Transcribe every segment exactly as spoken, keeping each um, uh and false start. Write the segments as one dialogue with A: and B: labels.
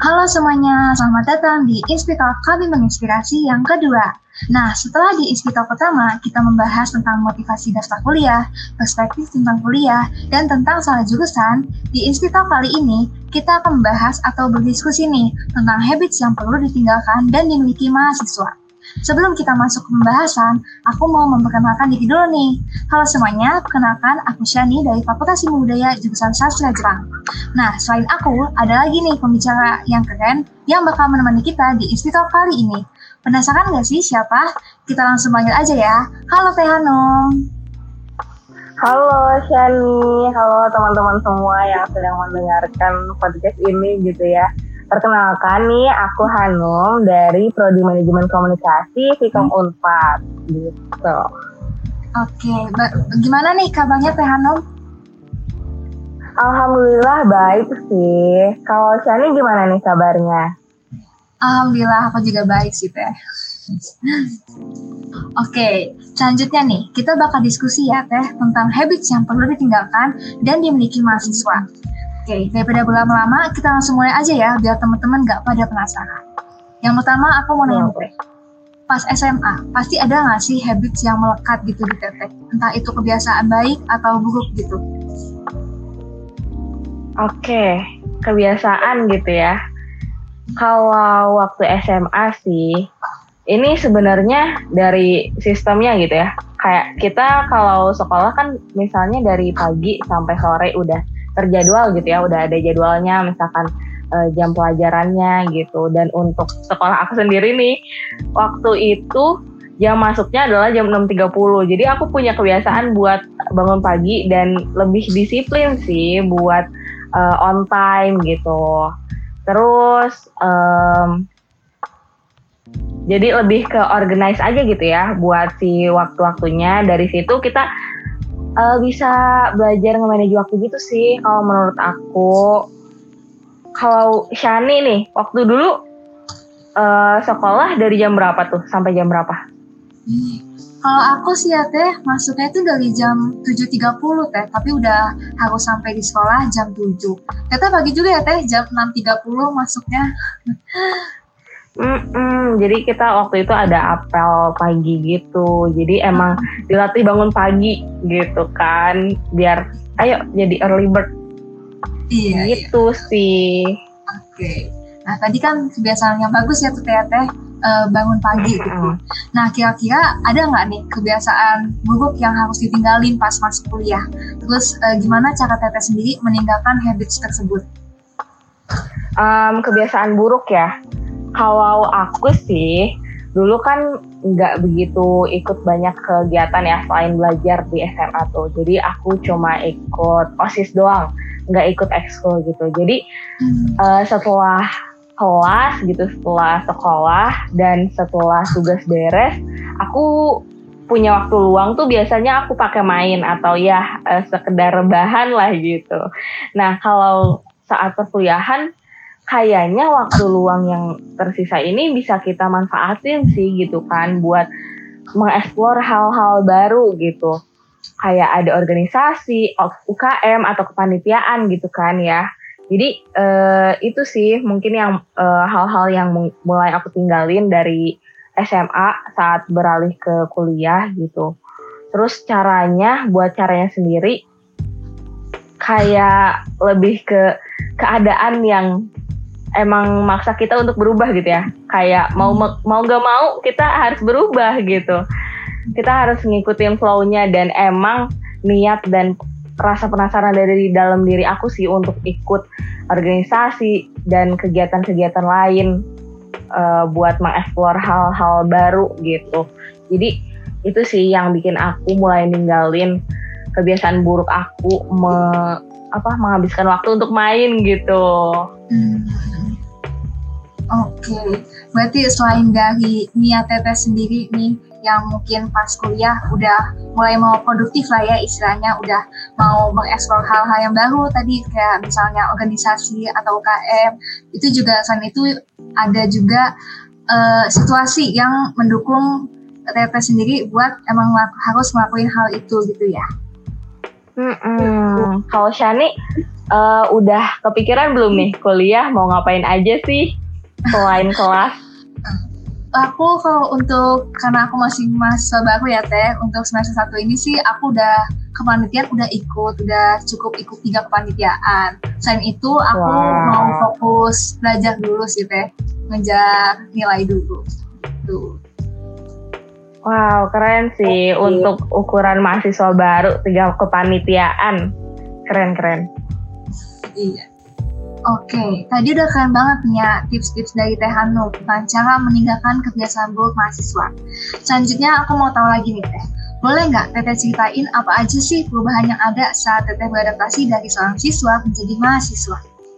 A: Halo semuanya, selamat datang di Inspitalk Kami Menginspirasi yang kedua. Nah, setelah di Inspitalk pertama, kita membahas tentang motivasi daftar kuliah, perspektif tentang kuliah, dan tentang salah jurusan. Di Inspitalk kali ini, kita akan membahas atau berdiskusi nih tentang habits yang perlu ditinggalkan dan dimiliki mahasiswa. Sebelum kita masuk ke pembahasan, aku mau memperkenalkan diri dulu nih. Halo semuanya, perkenalkan aku Shani dari Fakultas Ilmu Budaya jurusan Sastra Jepang. Nah, selain aku, ada lagi nih pembicara yang keren yang bakal menemani kita di Inspitalk kali ini. Penasaran gak sih siapa? Kita langsung panggil aja ya. Halo Teh Hanum.
B: Halo Shani, halo teman-teman semua yang sedang mendengarkan podcast ini gitu ya. Perkenalkan nih, aku Hanum dari Prodi Manajemen Komunikasi Vkom Unpad gitu.
A: Oke, ba- gimana nih kabarnya Teh Hanum?
B: Alhamdulillah baik sih. Kalau Shani gimana nih kabarnya?
A: Alhamdulillah aku juga baik sih Teh. Oke, selanjutnya nih kita bakal diskusi ya Teh tentang habits yang perlu ditinggalkan dan dimiliki mahasiswa. Oke, daripada berlama-lama kita langsung mulai aja ya biar teman-teman gak pada penasaran. Yang pertama aku mau nanya Teh, pas S M A pasti ada gak sih habits yang melekat gitu di Teteh? Entah itu kebiasaan baik atau buruk gitu.
B: Oke, kebiasaan gitu ya. Kalau waktu S M A sih, ini sebenarnya dari sistemnya gitu ya. Kayak kita kalau sekolah kan misalnya dari pagi sampai sore udah terjadwal gitu ya, udah ada jadwalnya misalkan e, jam pelajarannya gitu. Dan untuk sekolah aku sendiri nih, waktu itu jam masuknya adalah jam enam tiga puluh. Jadi aku punya kebiasaan buat bangun pagi dan lebih disiplin sih buat e, on time gitu. Terus um, jadi lebih ke organize aja gitu ya buat si waktu-waktunya. Dari situ kita uh, bisa belajar nge-manage waktu gitu sih kalau menurut aku. Kalau Shani nih, waktu dulu uh, sekolah dari jam berapa tuh sampai jam berapa?
A: Kalau aku sih ya Teh, masuknya itu dari jam tujuh tiga puluh Teh, tapi udah harus sampai di sekolah jam tujuh. Teteh pagi juga ya Teh, jam enam tiga puluh masuknya.
B: Mm-mm, jadi kita waktu itu ada apel pagi gitu. Jadi emang dilatih bangun pagi gitu kan, biar ayo jadi early bird.
A: Iya.
B: Gitu
A: iya.
B: sih.
A: Oke. Nah tadi kan kebiasaan yang bagus ya tuh Teh Teh, uh, bangun pagi gitu.
B: Mm-mm.
A: Nah kira-kira ada nggak nih kebiasaan buruk yang harus ditinggalin pas masuk kuliah? Terus uh, gimana cara Teteh sendiri meninggalkan habits tersebut?
B: Um, kebiasaan buruk ya. Kalau aku sih, dulu kan nggak begitu ikut banyak kegiatan ya selain belajar di S M A tuh. Jadi aku cuma ikut OSIS doang, nggak ikut ekskul gitu. Jadi hmm. uh, setelah kelas gitu, setelah sekolah dan setelah tugas beres, aku punya waktu luang tuh biasanya aku pakai main atau ya uh, sekedar rebahan lah gitu. Nah kalau saat perkuliahan, kayaknya waktu luang yang tersisa ini bisa kita manfaatin sih gitu kan buat mengeksplor hal-hal baru gitu. Kayak ada organisasi, U K M atau kepanitiaan gitu kan ya. Jadi eh, itu sih mungkin yang eh, hal-hal yang mulai aku tinggalin dari S M A saat beralih ke kuliah gitu. Terus caranya, buat caranya sendiri kayak lebih ke keadaan yang emang maksa kita untuk berubah gitu ya. Kayak mau mau gak mau kita harus berubah gitu. Kita harus ngikutin flow-nya dan emang niat dan rasa penasaran dari dalam diri aku sih untuk ikut organisasi dan kegiatan-kegiatan lain uh, buat mengeksplor hal-hal baru gitu. Jadi itu sih yang bikin aku mulai ninggalin kebiasaan buruk aku me, apa menghabiskan waktu untuk main gitu.
A: Hmm. Oke, okay. Berarti selain dari niat Teteh sendiri nih yang mungkin pas kuliah udah mulai mau produktif lah ya istilahnya, udah mau mengeksplor hal-hal yang baru tadi kayak misalnya organisasi atau U K M, itu juga selain itu ada juga uh, situasi yang mendukung Teteh sendiri buat emang harus ngelakuin hal itu gitu ya.
B: Hmm, kalau Shani uh, udah kepikiran belum nih kuliah mau ngapain aja sih selain kelas?
A: Aku kalau untuk, karena aku masih mahasiswa baru ya Teh, untuk semester satu ini sih aku udah kepanitiaan udah ikut, udah cukup ikut tiga kepanitiaan. Selain itu aku wow. mau fokus belajar dulu sih Teh, ngejar nilai dulu. Tuh.
B: Wow, keren sih. Okay. Untuk ukuran mahasiswa baru tiga kepanitiaan. Keren-keren.
A: Iya. Oke, okay. Tadi udah keren banget nih ya tips-tips dari Teh Hanu tentang cara meninggalkan kebiasaan buruk mahasiswa. Selanjutnya aku mau tahu lagi nih Teh, boleh nggak Teteh ceritain apa aja sih perubahan yang ada saat Teteh beradaptasi dari seorang siswa menjadi mahasiswa?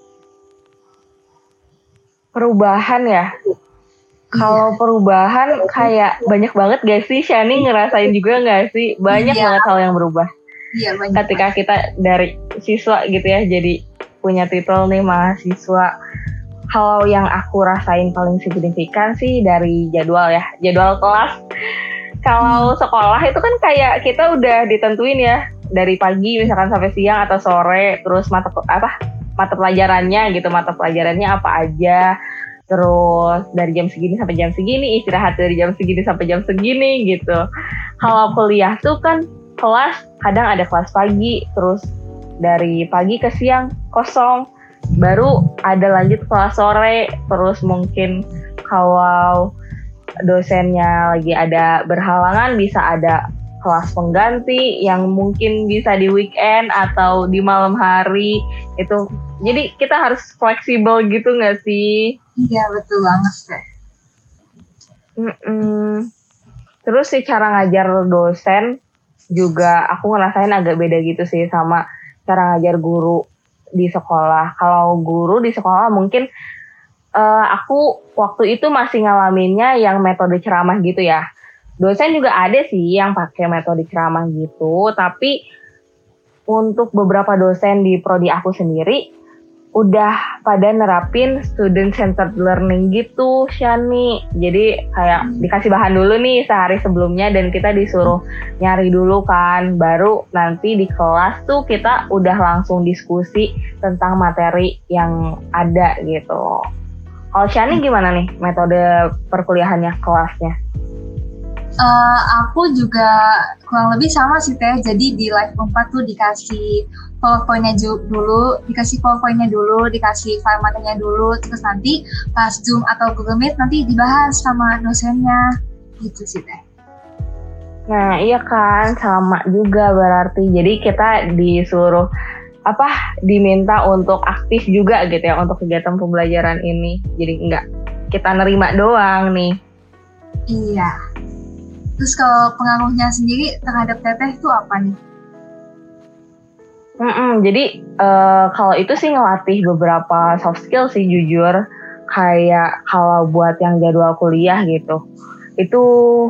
B: Perubahan ya? Iya. Kalau perubahan kayak banyak banget gak sih? Shani ngerasain juga gak sih? Banyak iya. banget hal yang berubah.
A: Iya, banyak.
B: Ketika kita dari siswa gitu ya, jadi punya titel nih mahasiswa. Kalau yang aku rasain paling signifikan sih dari jadwal ya, jadwal kelas. Kalau hmm. sekolah itu kan kayak kita udah ditentuin ya dari pagi misalkan sampai siang atau sore, terus mata apa mata pelajarannya gitu, mata pelajarannya apa aja, terus dari jam segini sampai jam segini, istirahat dari jam segini sampai jam segini gitu. Kalau kuliah tuh kan kelas kadang ada kelas pagi, terus dari pagi ke siang kosong, baru ada lanjut kelas sore, terus mungkin kalau dosennya lagi ada berhalangan bisa ada kelas pengganti yang mungkin bisa di weekend atau di malam hari itu. Jadi kita harus fleksibel gitu nggak sih?
A: Iya betul banget deh.
B: Mm-mm. Terus sih cara ngajar dosen juga aku ngerasain agak beda gitu sih sama cara ngajar guru di sekolah. Kalau guru di sekolah mungkin uh, aku waktu itu masih ngalaminnya yang metode ceramah gitu ya. Dosen juga ada sih yang pakai metode ceramah gitu, tapi untuk beberapa dosen di prodi aku sendiri udah pada nerapin student centered learning gitu, Shani. Jadi kayak dikasih bahan dulu nih sehari sebelumnya dan kita disuruh nyari dulu kan, baru nanti di kelas tuh kita udah langsung diskusi tentang materi yang ada gitu. Kalau Shani gimana nih metode perkuliahannya, kelasnya?
A: Uh, aku juga kurang lebih sama sih Teh. Jadi di live empat tuh dikasih PowerPoint-nya dulu, dikasih PowerPoint-nya dulu, dikasih file materinya dulu, terus nanti pas Zoom atau Google Meet nanti dibahas sama dosennya, gitu sih Teh.
B: Nah iya kan, sama juga berarti. Jadi kita disuruh apa diminta untuk aktif juga gitu ya untuk kegiatan pembelajaran ini. Jadi enggak kita nerima doang nih.
A: Iya. Terus kalau pengaruhnya sendiri terhadap Teteh itu apa nih?
B: Mm-mm, jadi uh, kalau itu sih ngelatih beberapa soft skill sih jujur. Kayak kalau buat yang jadwal kuliah gitu, itu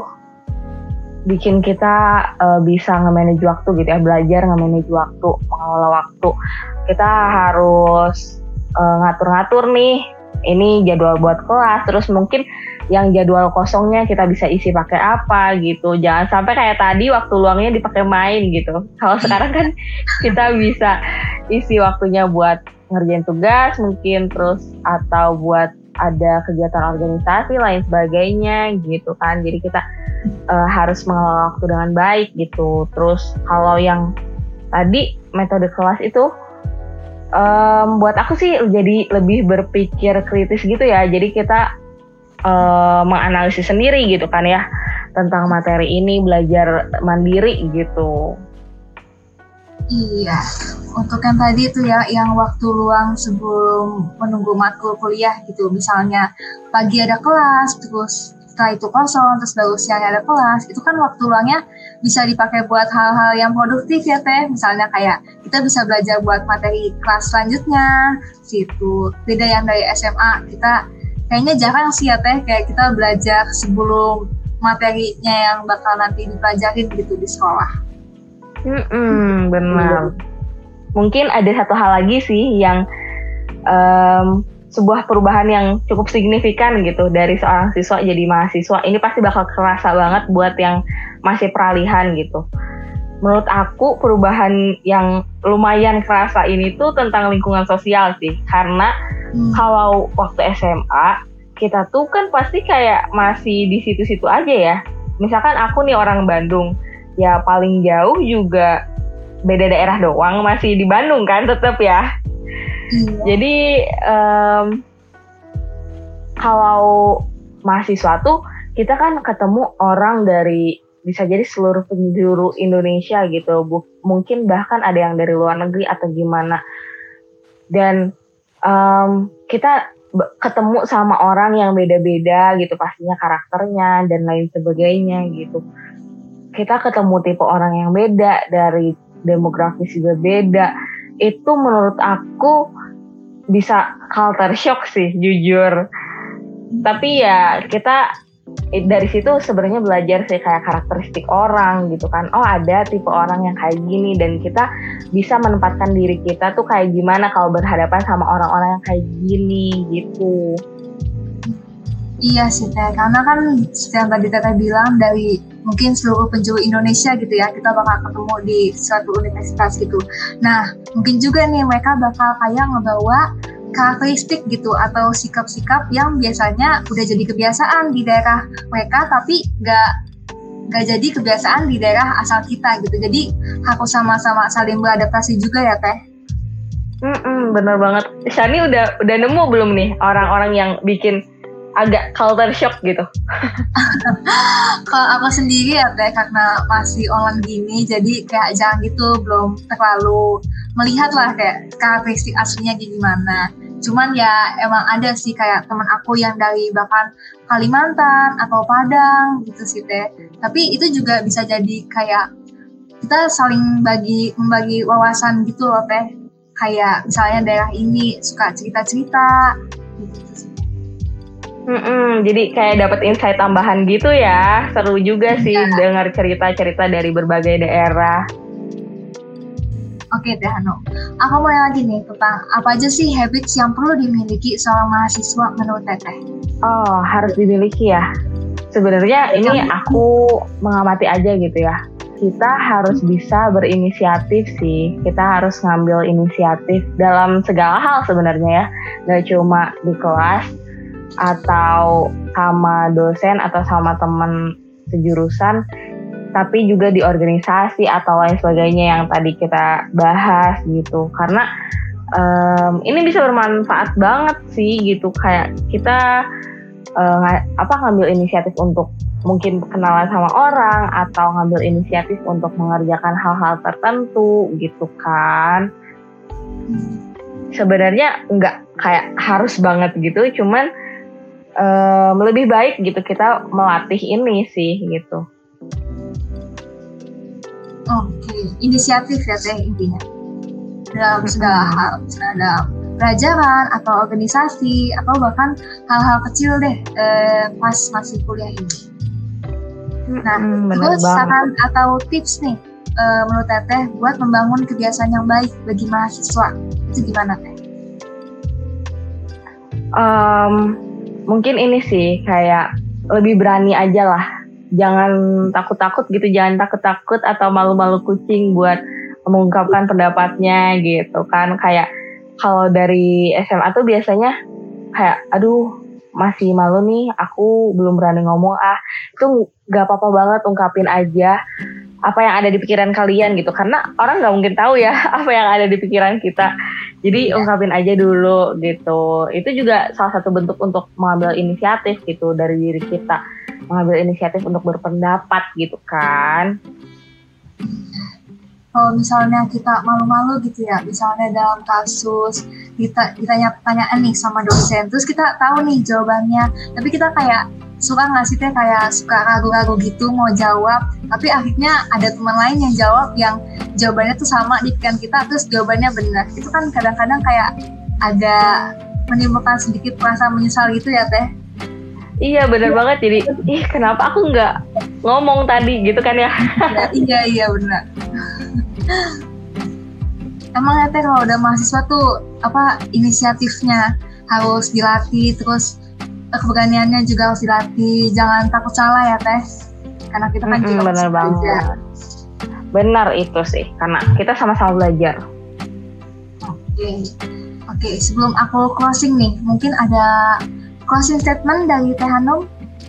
B: bikin kita uh, bisa nge-manage waktu gitu ya, belajar nge-manage waktu, mengelola waktu. Kita harus uh, ngatur-ngatur nih, ini jadwal buat kelas, terus mungkin yang jadwal kosongnya kita bisa isi pakai apa gitu. Jangan sampai kayak tadi waktu luangnya dipakai main gitu. Kalau sekarang kan kita bisa isi waktunya buat ngerjain tugas mungkin, terus atau buat ada kegiatan organisasi lain sebagainya gitu kan. Jadi kita uh, harus mengelola waktu dengan baik gitu. Terus kalau yang tadi metode kelas itu um, buat aku sih jadi lebih berpikir kritis gitu ya. Jadi kita Uh, menganalisis sendiri gitu kan ya tentang materi ini, belajar mandiri gitu.
A: Iya, untuk yang tadi itu ya, yang waktu luang sebelum menunggu matkul kuliah gitu, misalnya pagi ada kelas, terus setelah itu kosong, terus baru siang ada kelas, itu kan waktu luangnya bisa dipakai buat hal-hal yang produktif ya Teh, misalnya kayak kita bisa belajar buat materi kelas selanjutnya, gitu. Beda yang dari S M A, kita kayaknya jarang sih ya Teh, kayak kita belajar sebelum materinya yang bakal nanti dipelajarin gitu di sekolah.
B: Hmm, benar. Mungkin ada satu hal lagi sih yang um, sebuah perubahan yang cukup signifikan gitu dari seorang siswa jadi mahasiswa. Ini pasti bakal kerasa banget buat yang masih peralihan gitu. menurut aku perubahan yang lumayan kerasa ini tuh tentang lingkungan sosial sih. Karena hmm. kalau waktu S M A kita tuh kan pasti kayak masih di situ-situ aja ya. Misalkan aku nih orang Bandung, ya paling jauh juga beda daerah doang, masih di Bandung kan tetap ya. Hmm. Jadi um, kalau mahasiswa tuh kita kan ketemu orang dari bisa jadi seluruh penjuru Indonesia gitu, Bu, mungkin bahkan ada yang dari luar negeri atau gimana. Dan um, kita b- ketemu sama orang yang beda-beda gitu, pastinya karakternya dan lain sebagainya gitu. Kita ketemu tipe orang yang beda, dari demografis juga beda. Itu menurut aku bisa culture shock sih, jujur. Tapi ya kita dari situ sebenarnya belajar sih kayak karakteristik orang gitu kan. Oh, ada tipe orang yang kayak gini, dan kita bisa menempatkan diri kita tuh kayak gimana kalau berhadapan sama orang-orang yang kayak gini gitu.
A: Iya sih Teh, karena kan yang tadi Teh bilang dari mungkin seluruh penjuru Indonesia gitu ya, kita bakal ketemu di suatu universitas gitu. Nah, mungkin juga nih mereka bakal kayak ngebawa karakteristik gitu atau sikap-sikap yang biasanya udah jadi kebiasaan di daerah mereka tapi gak, gak jadi kebiasaan di daerah asal kita gitu. Jadi harus sama-sama saling beradaptasi juga ya Teh.
B: Mm-mm, bener banget. Shani udah udah nemu belum nih orang-orang yang bikin agak culture shock gitu?
A: Kalau aku sendiri ya Teh, karena masih online gini jadi kayak jarang gitu, belum terlalu melihat lah kayak karakteristik aslinya gimana. Cuman ya emang ada sih kayak teman aku yang dari bahkan Kalimantan atau Padang gitu sih Teh. Tapi itu juga bisa jadi kayak kita saling bagi membagi wawasan gitu loh Teh. Kayak misalnya daerah ini suka cerita-cerita gitu sih.
B: Mm-mm, jadi kayak dapat insight tambahan gitu ya. Seru juga sih ya. Dengar cerita-cerita dari berbagai daerah.
A: Oke Teh Hano, aku mau lagi nih tentang apa aja sih habits yang perlu dimiliki seorang mahasiswa menurut Teteh?
B: Oh, harus dimiliki ya. Sebenarnya ini aku mengamati aja gitu ya. Kita harus bisa berinisiatif sih. Kita harus ngambil inisiatif dalam segala hal sebenarnya ya. Gak cuma di kelas atau sama dosen atau sama teman sejurusan, tapi juga di organisasi atau lain sebagainya yang tadi kita bahas gitu. Karena um, ini bisa bermanfaat banget sih gitu, kayak kita uh, ng- apa ngambil inisiatif untuk mungkin kenalan sama orang atau ngambil inisiatif untuk mengerjakan hal-hal tertentu gitu kan. Sebenarnya nggak kayak harus banget gitu, cuman um, lebih baik gitu kita melatih ini sih gitu.
A: Oke, inisiatif ya Teh intinya dalam segala hal, misalnya dalam pelajaran atau organisasi atau bahkan hal-hal kecil deh eh, pas masih kuliah ini. Nah, hmm, terus saran atau tips nih eh, menurut Teteh buat membangun kebiasaan yang baik bagi mahasiswa itu gimana Teh?
B: Um, mungkin ini sih kayak lebih berani aja lah. Jangan takut-takut gitu, jangan takut-takut atau malu-malu kucing buat mengungkapkan pendapatnya gitu kan. Kayak kalau dari S M A tuh biasanya kayak aduh masih malu nih, aku belum berani ngomong. Ah, itu gak apa-apa banget, ungkapin aja apa yang ada di pikiran kalian gitu. Karena orang gak mungkin tahu ya apa yang ada di pikiran kita. Jadi ungkapin aja dulu gitu. Itu juga salah satu bentuk untuk mengambil inisiatif gitu dari diri kita. Mengambil inisiatif untuk berpendapat gitu kan.
A: Kalau misalnya kita malu-malu gitu ya, misalnya dalam kasus kita ditanya pertanyaan nih sama dosen, terus kita tahu nih jawabannya, tapi kita kayak suka nggak sih Teh kayak suka ragu-ragu gitu mau jawab, tapi akhirnya ada teman lain yang jawab yang jawabannya tuh sama di pikiran kita, terus jawabannya benar. Itu kan kadang-kadang kayak ada menimbulkan sedikit perasaan menyesal gitu ya Teh.
B: Iya benar ya. Banget, jadi ih kenapa aku nggak ngomong tadi gitu kan ya.
A: Ya iya iya benar. Emang ya Teh kalau udah mahasiswa tuh apa inisiatifnya harus dilatih, terus keberaniannya juga harus dilatih, jangan takut salah ya Teh, karena kita kan mm-hmm, juga
B: benar banget. Benar itu sih, karena kita sama-sama belajar.
A: Oke, oke. Sebelum aku closing nih, mungkin ada closing statement dari Teh Hanum?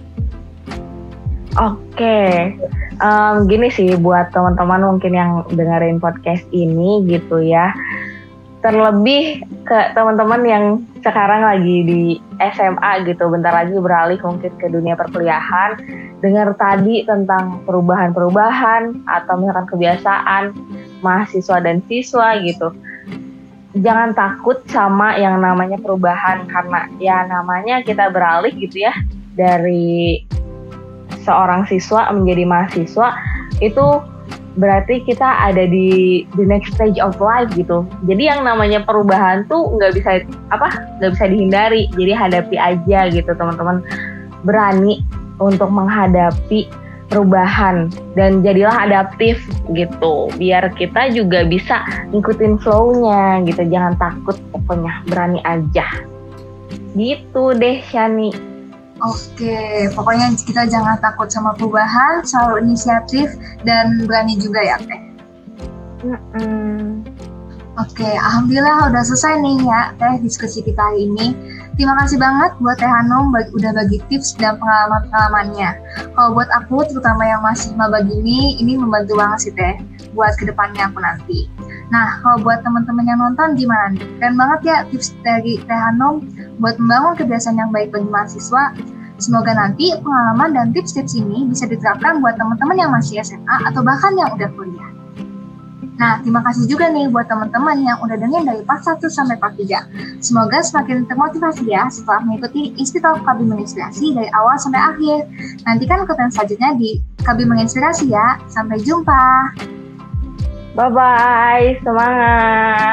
B: Oke, um, gini sih buat teman-teman mungkin yang dengerin podcast ini gitu ya. Terlebih ke teman-teman yang sekarang lagi di S M A gitu, bentar lagi beralih mungkin ke dunia perkuliahan. Dengar tadi tentang perubahan-perubahan atau misalkan kebiasaan mahasiswa dan siswa gitu. Jangan takut sama yang namanya perubahan, karena ya namanya kita beralih gitu ya dari seorang siswa menjadi mahasiswa, itu berarti kita ada di the next stage of life gitu. Jadi yang namanya perubahan tuh nggak bisa apa nggak bisa dihindari. Jadi hadapi aja gitu teman-teman, berani untuk menghadapi perubahan dan jadilah adaptif gitu. Biar kita juga bisa ngikutin flow-nya gitu. Jangan takut, pokoknya berani aja. Gitu deh Shani.
A: Oke, pokoknya kita jangan takut sama perubahan, selalu inisiatif dan berani juga ya, Teh.
B: Mm-mm.
A: Oke, alhamdulillah udah selesai nih ya, Teh, diskusi kita hari ini. Terima kasih banget buat Teh Hanum bagi, udah bagi tips dan pengalaman-pengalamannya. Kalau buat aku, terutama yang masih maba gini, ini membantu banget sih, Teh, buat kedepannya aku nanti. Nah, kalau buat teman-teman yang nonton gimana nih? Keren banget ya tips dari Teh Hanum buat membangun kebiasaan yang baik bagi mahasiswa. Semoga nanti pengalaman dan tips-tips ini bisa diterapkan buat teman-teman yang masih S M A atau bahkan yang udah kuliah. Nah, terima kasih juga nih buat teman-teman yang udah dengerin dari part satu sampai part tiga. Semoga semakin termotivasi ya setelah mengikuti Istiqlal K B Menginspirasi dari awal sampai akhir. Nantikan konten selanjutnya di K B Menginspirasi ya. Sampai jumpa.
B: Bye-bye, semangat.